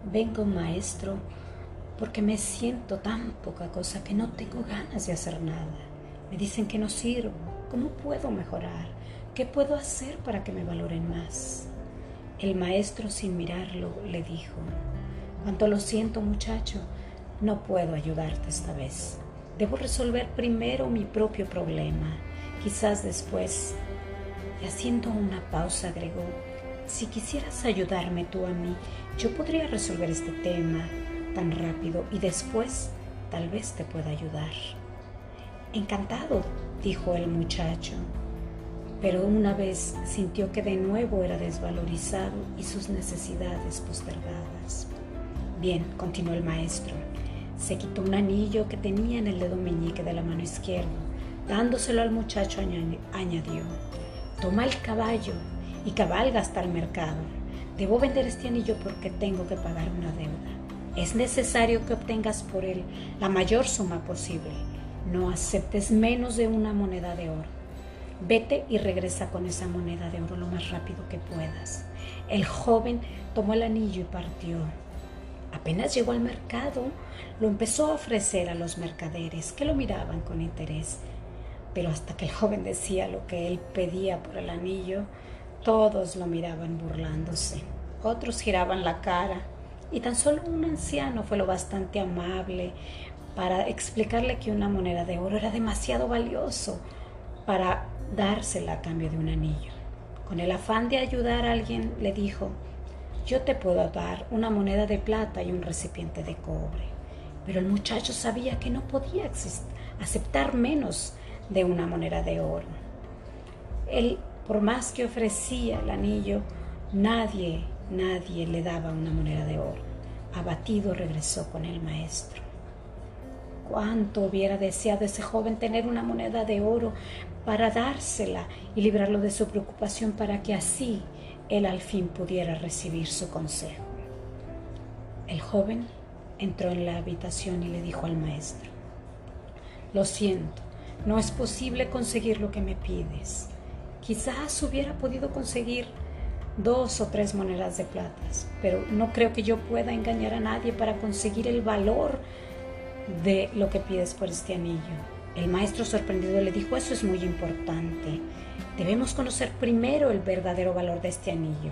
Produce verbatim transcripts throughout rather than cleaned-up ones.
Vengo, maestro, porque me siento tan poca cosa que no tengo ganas de hacer nada. Me dicen que no sirvo. ¿Cómo puedo mejorar? ¿Qué puedo hacer para que me valoren más? El maestro, sin mirarlo, le dijo: cuánto lo siento, muchacho, no puedo ayudarte esta vez. Debo resolver primero mi propio problema. Quizás después. Y haciendo una pausa agregó: si quisieras ayudarme tú a mí, yo podría resolver este tema tan rápido y después tal vez te pueda ayudar. Encantado, dijo el muchacho, pero una vez sintió que de nuevo era desvalorizado y sus necesidades postergadas. Bien, continuó el maestro. Se quitó un anillo que tenía en el dedo meñique de la mano izquierda. Dándoselo al muchacho, añadió: toma el caballo y cabalga hasta el mercado. Debo vender este anillo porque tengo que pagar una deuda. Es necesario que obtengas por él la mayor suma posible. No aceptes menos de una moneda de oro. Vete y regresa con esa moneda de oro lo más rápido que puedas. El joven tomó el anillo y partió. Apenas llegó al mercado, lo empezó a ofrecer a los mercaderes, que lo miraban con interés. Pero hasta que el joven decía lo que él pedía por el anillo, todos lo miraban burlándose. Otros giraban la cara, y tan solo un anciano fue lo bastante amable para explicarle que una moneda de oro era demasiado valioso para dársela a cambio de un anillo. Con el afán de ayudar a alguien, le dijo: yo te puedo dar una moneda de plata y un recipiente de cobre. Pero el muchacho sabía que no podía aceptar menos de una moneda de oro. Él, por más que ofrecía el anillo, nadie, nadie le daba una moneda de oro. Abatido, regresó con el maestro. Cuánto hubiera deseado ese joven tener una moneda de oro para dársela y librarlo de su preocupación, para que así él al fin pudiera recibir su consejo. El joven entró en la habitación y le dijo al maestro: lo siento, no es posible conseguir lo que me pides. Quizás hubiera podido conseguir dos o tres monedas de plata, pero no creo que yo pueda engañar a nadie para conseguir el valor de lo que pides por este anillo. El maestro, sorprendido, le dijo: eso es muy importante. Debemos conocer primero el verdadero valor de este anillo.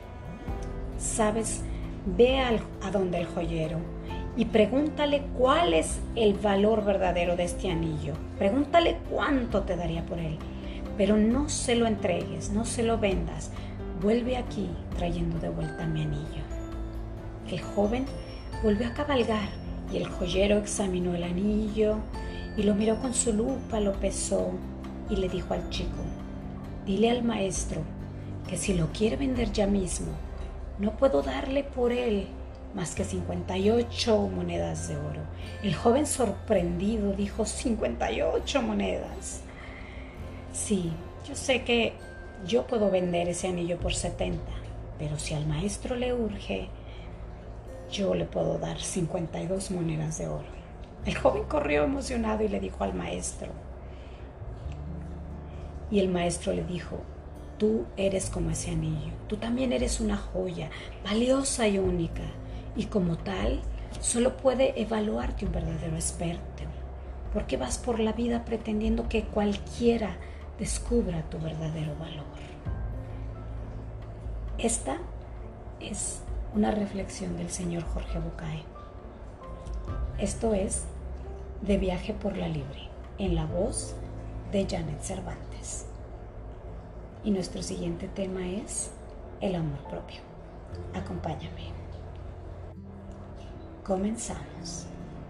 ¿Sabes? Ve al, a donde el joyero y pregúntale cuál es el valor verdadero de este anillo. Pregúntale cuánto te daría por él. Pero no se lo entregues, no se lo vendas. Vuelve aquí trayendo de vuelta mi anillo. El joven volvió a cabalgar y el joyero examinó el anillo y lo miró con su lupa, lo pesó y le dijo al chico: dile al maestro que si lo quiere vender ya mismo, no puedo darle por él más que cincuenta y ocho monedas de oro. El joven, sorprendido, dijo: cincuenta y ocho monedas. Sí, yo sé que yo puedo vender ese anillo por setenta, pero si al maestro le urge, yo le puedo dar cincuenta y dos monedas de oro. El joven corrió emocionado y le dijo al maestro. Y el maestro le dijo: tú eres como ese anillo, tú también eres una joya, valiosa y única, y como tal, solo puede evaluarte un verdadero experto. ¿Por qué vas por la vida pretendiendo que cualquiera descubra tu verdadero valor? Esta es una reflexión del señor Jorge Bucay. Esto es De Viaje por la Libre, en la voz de Janet Cervantes. Y nuestro siguiente tema es el amor propio. Acompáñame. Comenzamos.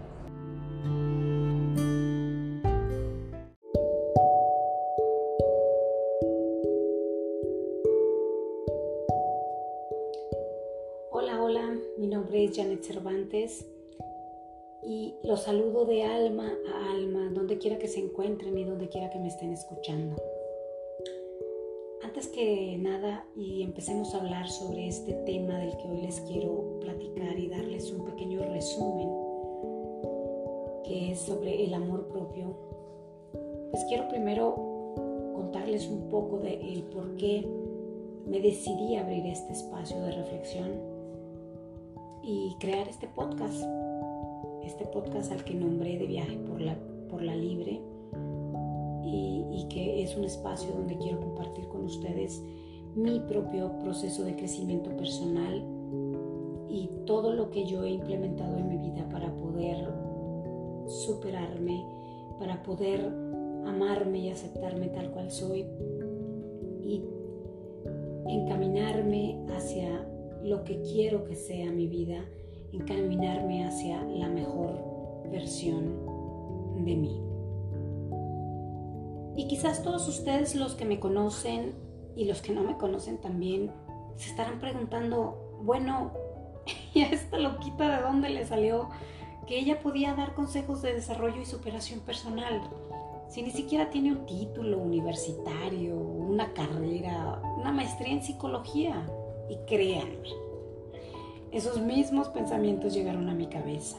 Hola, hola, mi nombre es Janet Cervantes y los saludo de alma a alma, donde quiera que se encuentren y donde quiera que me estén escuchando. Antes que nada, y empecemos a hablar sobre este tema del que hoy les quiero platicar y darles un pequeño resumen, que es sobre el amor propio, pues quiero primero contarles un poco de el por qué me decidí a abrir este espacio de reflexión y crear este podcast, este podcast al que nombré de Viaje por la, por la Libre, y, y que es un espacio donde quiero compartir con ustedes mi propio proceso de crecimiento personal y todo lo que yo he implementado en mi vida para poder superarme, para poder amarme y aceptarme tal cual soy y encaminarme hacia lo que quiero que sea mi vida, encaminarme hacia la mejor versión de mí. Y quizás todos ustedes, los que me conocen y los que no me conocen también, se estarán preguntando, bueno, ¿y a esta loquita de dónde le salió que ella podía dar consejos de desarrollo y superación personal? Si ni siquiera tiene un título universitario, una carrera, una maestría en psicología. Y créanme, esos mismos pensamientos llegaron a mi cabeza.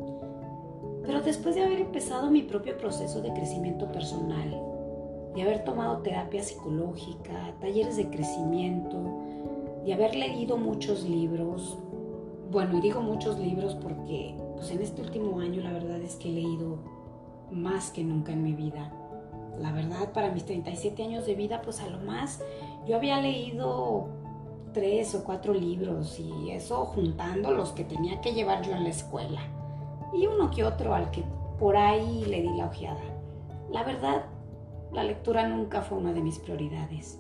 Pero después de haber empezado mi propio proceso de crecimiento personal, de haber tomado terapia psicológica, talleres de crecimiento, de haber leído muchos libros, bueno, y digo muchos libros porque pues en este último año la verdad es que he leído más que nunca en mi vida. La verdad, para mis treinta y siete años de vida, pues a lo más yo había leído tres o cuatro libros, y eso juntando los que tenía que llevar yo en la escuela y uno que otro al que por ahí le di la ojeada. La verdad, la lectura nunca fue una de mis prioridades.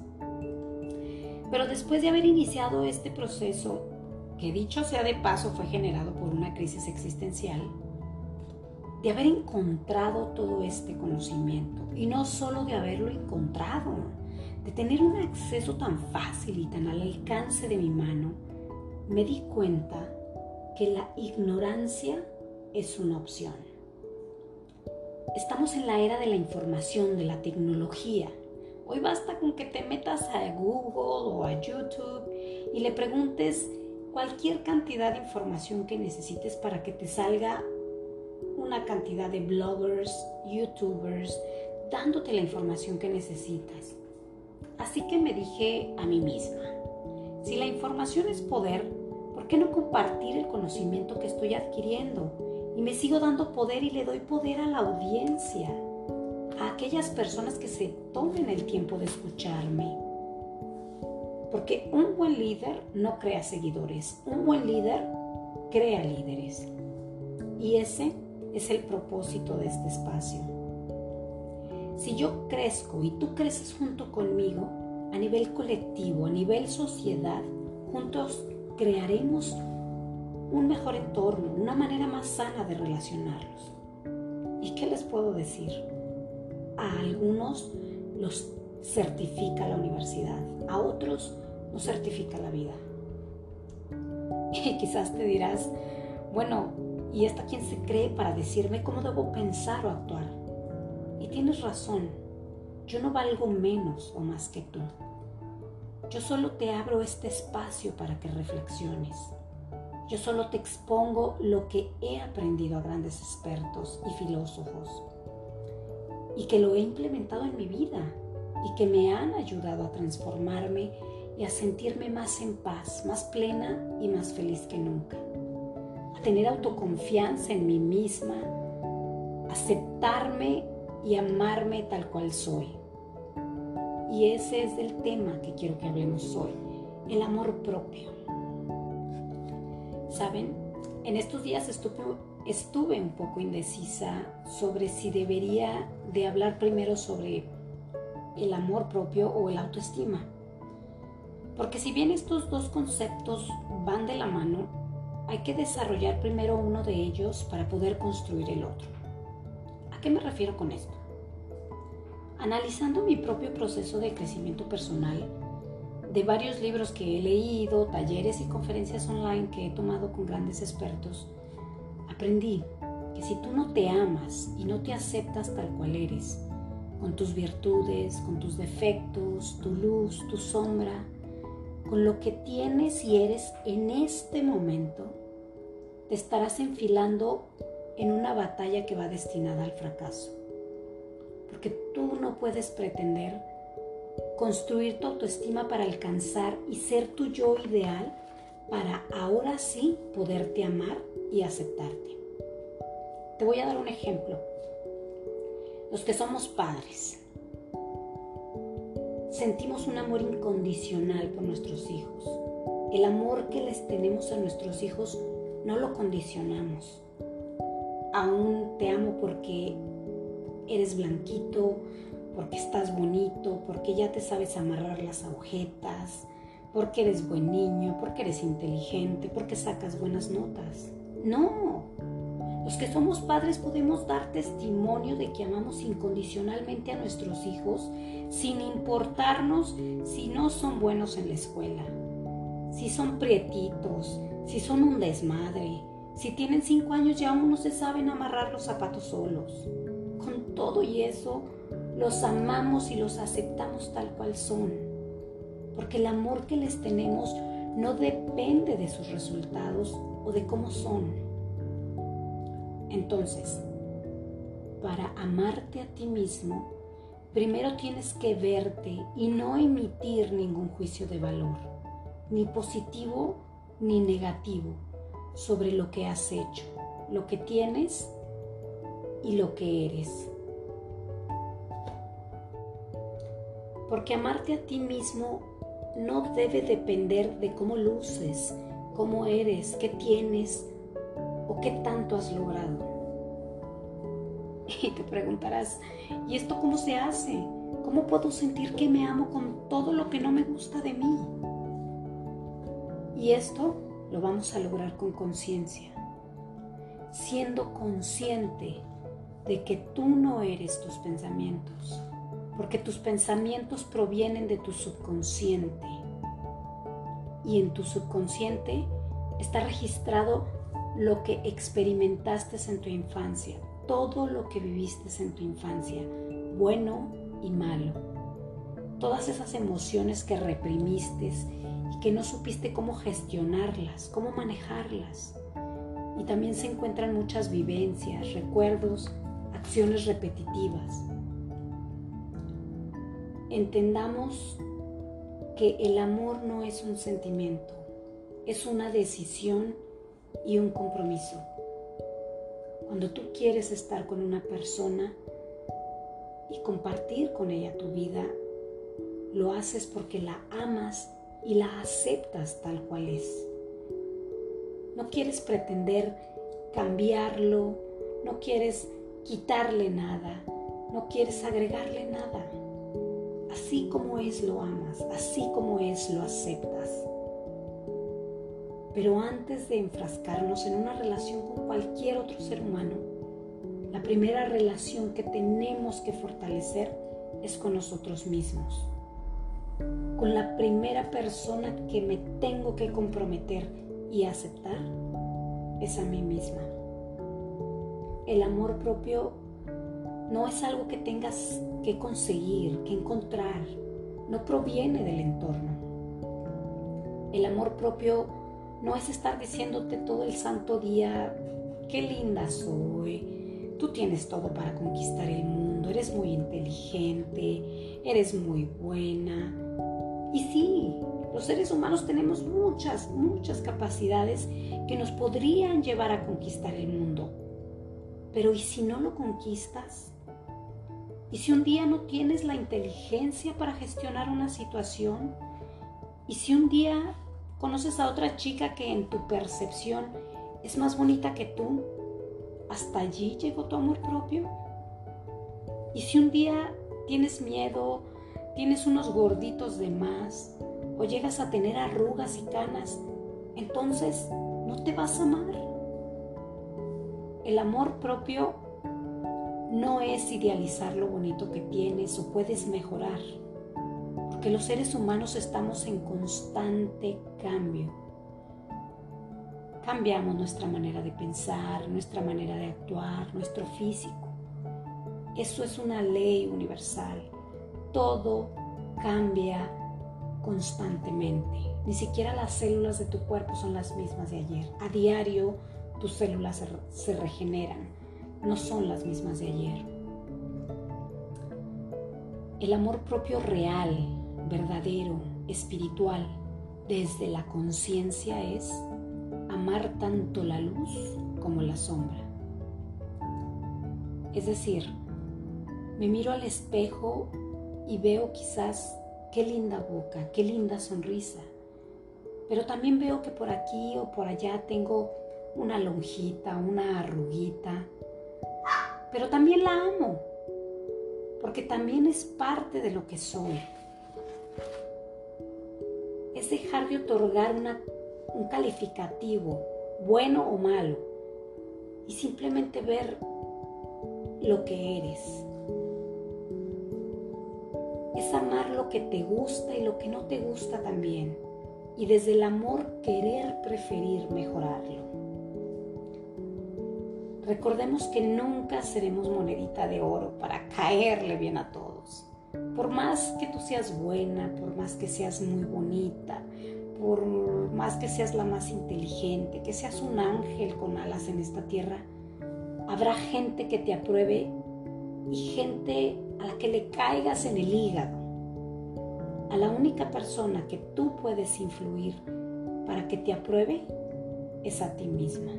Pero después de haber iniciado este proceso, que dicho sea de paso fue generado por una crisis existencial, de haber encontrado todo este conocimiento, y no solo de haberlo encontrado, de tener un acceso tan fácil y tan al alcance de mi mano, me di cuenta que la ignorancia es una opción. Estamos en la era de la información, de la tecnología. Hoy basta con que te metas a Google o a YouTube y le preguntes cualquier cantidad de información que necesites para que te salga una cantidad de bloggers, youtubers, dándote la información que necesitas. Así que me dije a mí misma, si la información es poder, ¿por qué no compartir el conocimiento que estoy adquiriendo? Y me sigo dando poder y le doy poder a la audiencia, a aquellas personas que se tomen el tiempo de escucharme. Porque un buen líder no crea seguidores, un buen líder crea líderes. Y ese es el propósito de este espacio. Si yo crezco y tú creces junto conmigo, a nivel colectivo, a nivel sociedad, juntos crearemos un mejor entorno, una manera más sana de relacionarlos. ¿Y qué les puedo decir? A algunos los certifica la universidad, a otros nos certifica la vida. Y quizás te dirás, bueno, ¿y esta quién se cree para decirme cómo debo pensar o actuar? Y tienes razón, yo no valgo menos o más que tú. Yo solo te abro este espacio para que reflexiones. Yo solo te expongo lo que he aprendido a grandes expertos y filósofos y que lo he implementado en mi vida y que me han ayudado a transformarme y a sentirme más en paz, más plena y más feliz que nunca. A tener autoconfianza en mí misma, aceptarme y amarme tal cual soy. Y ese es el tema que quiero que hablemos hoy, el amor propio. ¿Saben? En estos días estuve, estuve un poco indecisa sobre si debería de hablar primero sobre el amor propio o el autoestima. Porque si bien estos dos conceptos van de la mano, hay que desarrollar primero uno de ellos para poder construir el otro. ¿A qué me refiero con esto? Analizando mi propio proceso de crecimiento personal, de varios libros que he leído, talleres y conferencias online que he tomado con grandes expertos, aprendí que si tú no te amas y no te aceptas tal cual eres, con tus virtudes, con tus defectos, tu luz, tu sombra, con lo que tienes y eres en este momento, te estarás enfilando en una batalla que va destinada al fracaso. Porque tú no puedes pretender construir tu autoestima para alcanzar y ser tu yo ideal para ahora sí poderte amar y aceptarte. Te voy a dar un ejemplo. Los que somos padres, sentimos un amor incondicional por nuestros hijos. El amor que les tenemos a nuestros hijos no lo condicionamos. Aún te amo porque eres blanquito, porque estás bonito, porque ya te sabes amarrar las agujetas, porque eres buen niño, porque eres inteligente, porque sacas buenas notas. No. Los que somos padres podemos dar testimonio de que amamos incondicionalmente a nuestros hijos sin importarnos si no son buenos en la escuela, si son prietitos, si son un desmadre, si tienen cinco años y aún no se saben amarrar los zapatos solos. Con todo y eso, los amamos y los aceptamos tal cual son, porque el amor que les tenemos no depende de sus resultados o de cómo son. Entonces, para amarte a ti mismo, primero tienes que verte y no emitir ningún juicio de valor, ni positivo ni negativo, sobre lo que has hecho, lo que tienes y lo que eres. Porque amarte a ti mismo no debe depender de cómo luces, cómo eres, qué tienes o qué tanto has logrado. Y te preguntarás, ¿y esto cómo se hace? ¿Cómo puedo sentir que me amo con todo lo que no me gusta de mí? Y esto lo vamos a lograr con conciencia, siendo consciente de que tú no eres tus pensamientos, porque tus pensamientos provienen de tu subconsciente. Y en tu subconsciente está registrado lo que experimentaste en tu infancia, todo lo que viviste en tu infancia, bueno y malo. Todas esas emociones que reprimiste y que no supiste cómo gestionarlas, cómo manejarlas. Y también se encuentran muchas vivencias, recuerdos, acciones repetitivas. Entendamos que el amor no es un sentimiento, es una decisión y un compromiso. Cuando tú quieres estar con una persona y compartir con ella tu vida, lo haces porque la amas y la aceptas tal cual es. No quieres pretender cambiarlo, no quieres quitarle nada, no quieres agregarle nada. Así como es lo amas, así como es lo aceptas. Pero antes de enfrascarnos en una relación con cualquier otro ser humano, la primera relación que tenemos que fortalecer es con nosotros mismos. Con la primera persona que me tengo que comprometer y aceptar es a mí misma. El amor propio no es algo que tengas que conseguir, que encontrar, no proviene del entorno. El amor propio no es estar diciéndote todo el santo día, qué linda soy, tú tienes todo para conquistar el mundo, eres muy inteligente, eres muy buena. Y sí, los seres humanos tenemos muchas, muchas capacidades que nos podrían llevar a conquistar el mundo. Pero ¿y si no lo conquistas? ¿Y si un día no tienes la inteligencia para gestionar una situación? ¿Y si un día conoces a otra chica que en tu percepción es más bonita que tú? ¿Hasta allí llegó tu amor propio? ¿Y si un día tienes miedo, tienes unos gorditos de más o llegas a tener arrugas y canas, entonces no te vas a amar? El amor propio no es idealizar lo bonito que tienes o puedes mejorar, porque los seres humanos estamos en constante cambio. Cambiamos nuestra manera de pensar, nuestra manera de actuar, nuestro físico. Eso es una ley universal. Todo cambia constantemente. Ni siquiera las células de tu cuerpo son las mismas de ayer. A diario tus células se, se regeneran, no son las mismas de ayer. El amor propio real, verdadero, espiritual, desde la conciencia es amar tanto la luz como la sombra. Es decir, me miro al espejo y veo quizás qué linda boca, qué linda sonrisa, pero también veo que por aquí o por allá tengo una lonjita, una arruguita, pero también la amo, porque también es parte de lo que soy. Es dejar de otorgar una, un calificativo, bueno o malo, y simplemente ver lo que eres. Es amar lo que te gusta y lo que no te gusta también, y desde el amor querer preferir mejorarlo. Recordemos que nunca seremos monedita de oro para caerle bien a todos. Por más que tú seas buena, por más que seas muy bonita, por más que seas la más inteligente, que seas un ángel con alas en esta tierra, habrá gente que te apruebe y gente a la que le caigas en el hígado. A la única persona que tú puedes influir para que te apruebe es a ti misma.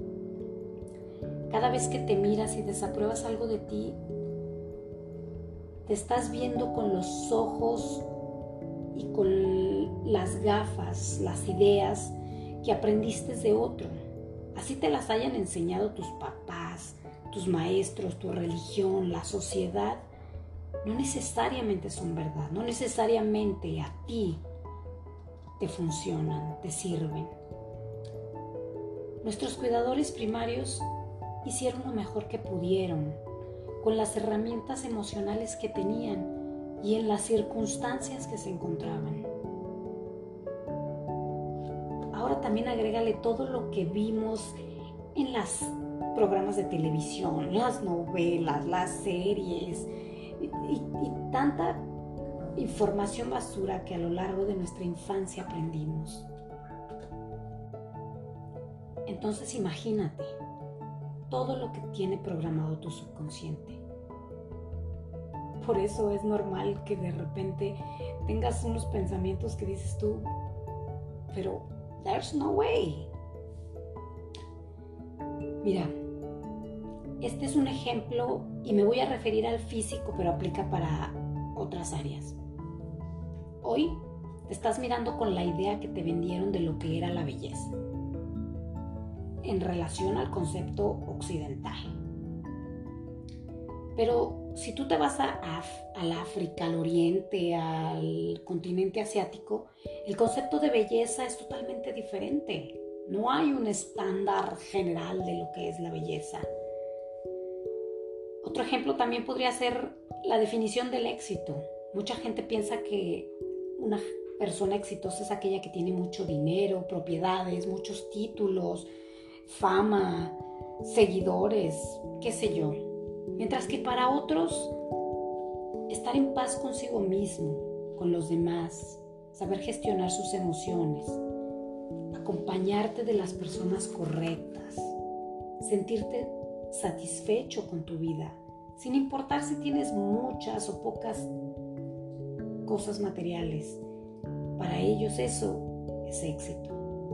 Cada vez que te miras y desapruebas algo de ti, te estás viendo con los ojos y con las gafas, las ideas que aprendiste de otro. Así te las hayan enseñado tus papás, tus maestros, tu religión, la sociedad. No necesariamente son verdad, no necesariamente a ti te funcionan, te sirven. Nuestros cuidadores primarios hicieron lo mejor que pudieron, con las herramientas emocionales que tenían y en las circunstancias que se encontraban. Ahora también agrégale todo lo que vimos en los programas de televisión, las novelas, las series y, y, y tanta información basura que a lo largo de nuestra infancia aprendimos. Entonces imagínate todo lo que tiene programado tu subconsciente. Por eso es normal que de repente tengas unos pensamientos que dices tú, pero there's no way. Mira, este es un ejemplo y me voy a referir al físico, pero aplica para otras áreas. Hoy te estás mirando con la idea que te vendieron de lo que era la belleza, en relación al concepto occidental. Pero si tú te vas a Af- al África, al Oriente, al continente asiático, el concepto de belleza es totalmente diferente. No hay un estándar general de lo que es la belleza. Otro ejemplo también podría ser la definición del éxito. Mucha gente piensa que una persona exitosa es aquella que tiene mucho dinero, propiedades, muchos títulos, fama, seguidores, qué sé yo. Mientras que para otros, estar en paz consigo mismo, con los demás, saber gestionar sus emociones, acompañarte de las personas correctas, sentirte satisfecho con tu vida, sin importar si tienes muchas o pocas cosas materiales. Para ellos eso es éxito.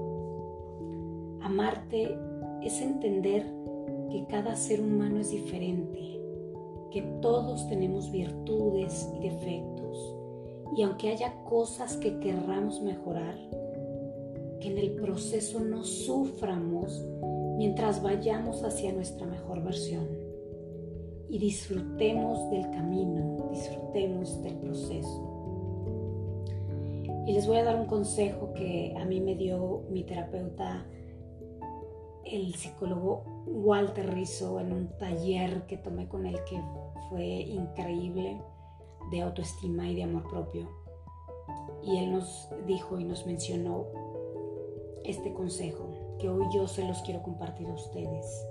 Amarte es entender que cada ser humano es diferente, que todos tenemos virtudes y defectos, y aunque haya cosas que querramos mejorar, que en el proceso no suframos mientras vayamos hacia nuestra mejor versión y disfrutemos del camino, disfrutemos del proceso. Y les voy a dar un consejo que a mí me dio mi terapeuta, el psicólogo Walter Rizzo, en un taller que tomé con él que fue increíble, de autoestima y de amor propio. Y él nos dijo y nos mencionó este consejo que hoy yo se los quiero compartir a ustedes.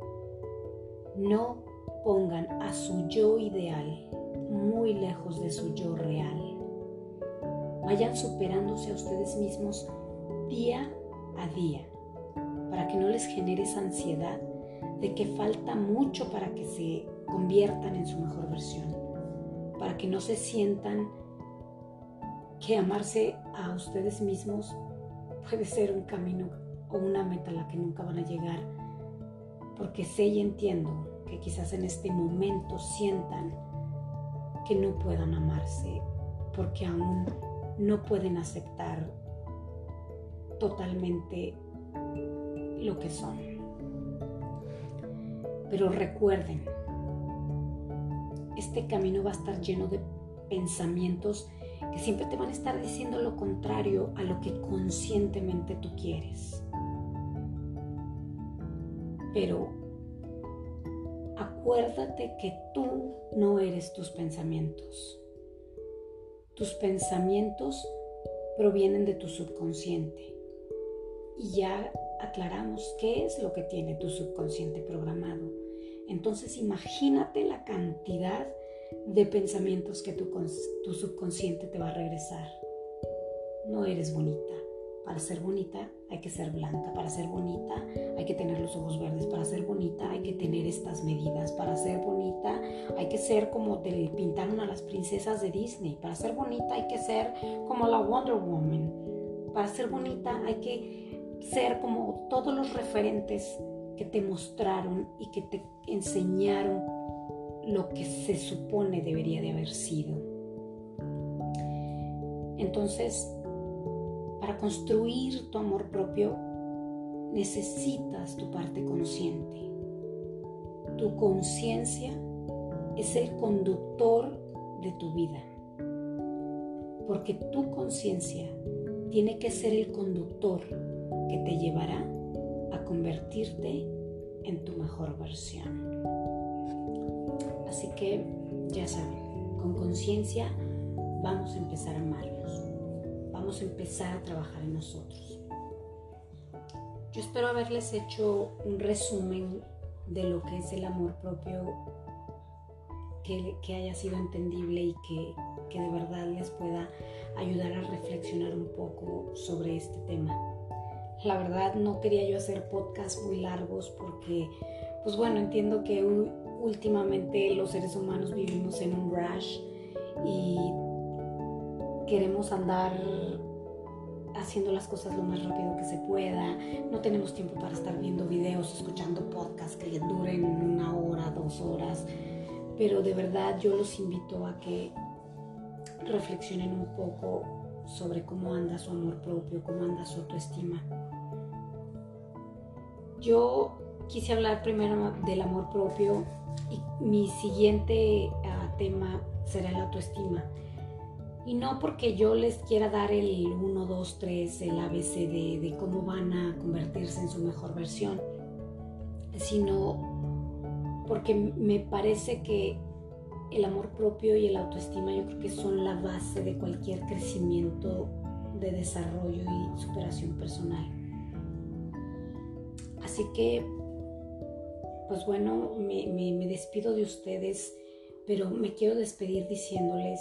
No pongan a su yo ideal muy lejos de su yo real. Vayan superándose a ustedes mismos día a día, para que no les genere esa ansiedad de que falta mucho para que se conviertan en su mejor versión, para que no se sientan que amarse a ustedes mismos puede ser un camino o una meta a la que nunca van a llegar, porque sé y entiendo que quizás en este momento sientan que no puedan amarse porque aún no pueden aceptar totalmente lo que son. Pero recuerden, este camino va a estar lleno de pensamientos que siempre te van a estar diciendo lo contrario a lo que conscientemente tú quieres. Pero acuérdate que tú no eres tus pensamientos. Tus pensamientos provienen de tu subconsciente. Y ya aclaramos qué es lo que tiene tu subconsciente programado. Entonces imagínate la cantidad de pensamientos que tu, tu subconsciente te va a regresar. No eres bonita. Para ser bonita hay que ser blanca. Para ser bonita hay que tener los ojos verdes. Para ser bonita hay que tener estas medidas. Para ser bonita hay que ser como te pintaron a las princesas de Disney. Para ser bonita hay que ser como la Wonder Woman. Para ser bonita hay que ser como todos los referentes que te mostraron y que te enseñaron lo que se supone debería de haber sido. Entonces, para construir tu amor propio, necesitas tu parte consciente. Tu conciencia es el conductor de tu vida, porque tu conciencia tiene que ser el conductor que te llevará a convertirte en tu mejor versión. Así que, ya saben, con conciencia vamos a empezar a amarnos. Vamos a empezar a trabajar en nosotros. Yo espero haberles hecho un resumen de lo que es el amor propio, que, que haya sido entendible y que, que de verdad les pueda ayudar a reflexionar un poco sobre este tema. La verdad no quería yo hacer podcasts muy largos porque, pues bueno, entiendo que últimamente los seres humanos vivimos en un rush y queremos andar haciendo las cosas lo más rápido que se pueda. No tenemos tiempo para estar viendo videos, escuchando podcasts que duren una hora, dos horas. Pero de verdad yo los invito a que reflexionen un poco sobre cómo anda su amor propio, cómo anda su autoestima. Yo quise hablar primero del amor propio y mi siguiente uh, tema será la autoestima. Y no porque yo les quiera dar el uno, dos, tres, el A B C de, de cómo van a convertirse en su mejor versión, sino porque me parece que el amor propio y el autoestima yo creo que son la base de cualquier crecimiento de desarrollo y superación personal. Así que, pues bueno, me, me, me despido de ustedes, pero me quiero despedir diciéndoles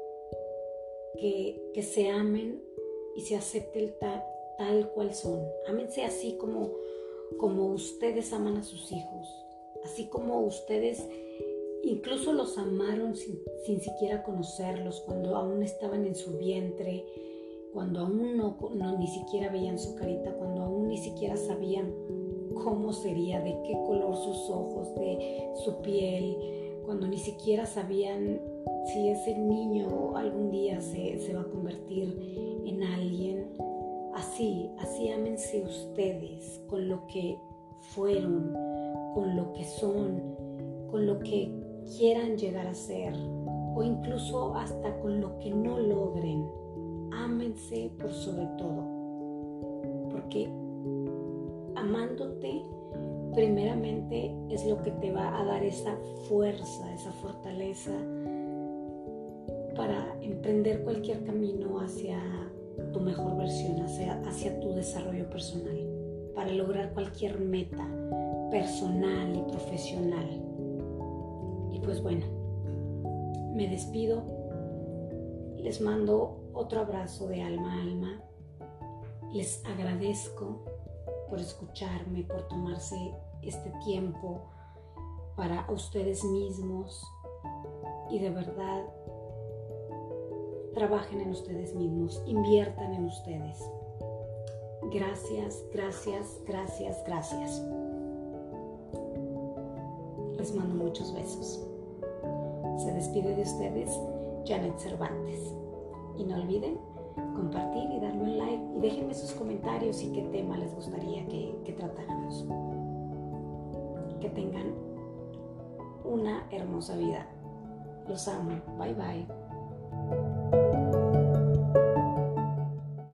Que, que se amen y se acepten ta, tal cual son. Ámense así como, como ustedes aman a sus hijos, así como ustedes incluso los amaron sin, sin siquiera conocerlos, cuando aún estaban en su vientre, cuando aún no, no ni siquiera veían su carita, cuando aún ni siquiera sabían cómo sería, de qué color sus ojos, de su piel, cuando ni siquiera sabían si ese niño algún día se, se va a convertir en alguien. Así, así ámense ustedes con lo que fueron, con lo que son, con lo que quieran llegar a ser, o incluso hasta con lo que no logren. Ámense por sobre todo, porque amándote primeramente es lo que te va a dar esa fuerza, esa fortaleza para emprender cualquier camino hacia tu mejor versión, hacia, hacia tu desarrollo personal, para lograr cualquier meta personal y profesional. Y pues bueno, me despido, les mando otro abrazo de alma a alma, les agradezco por escucharme, por tomarse este tiempo para ustedes mismos y de verdad trabajen en ustedes mismos, inviertan en ustedes. Gracias, gracias, gracias, gracias. Les mando muchos besos. Se despide de ustedes Janet Cervantes. Y no olviden compartir y darle un like y déjenme sus comentarios y qué tema les gustaría que, que tratáramos. Que tengan una hermosa vida. Los amo. Bye bye.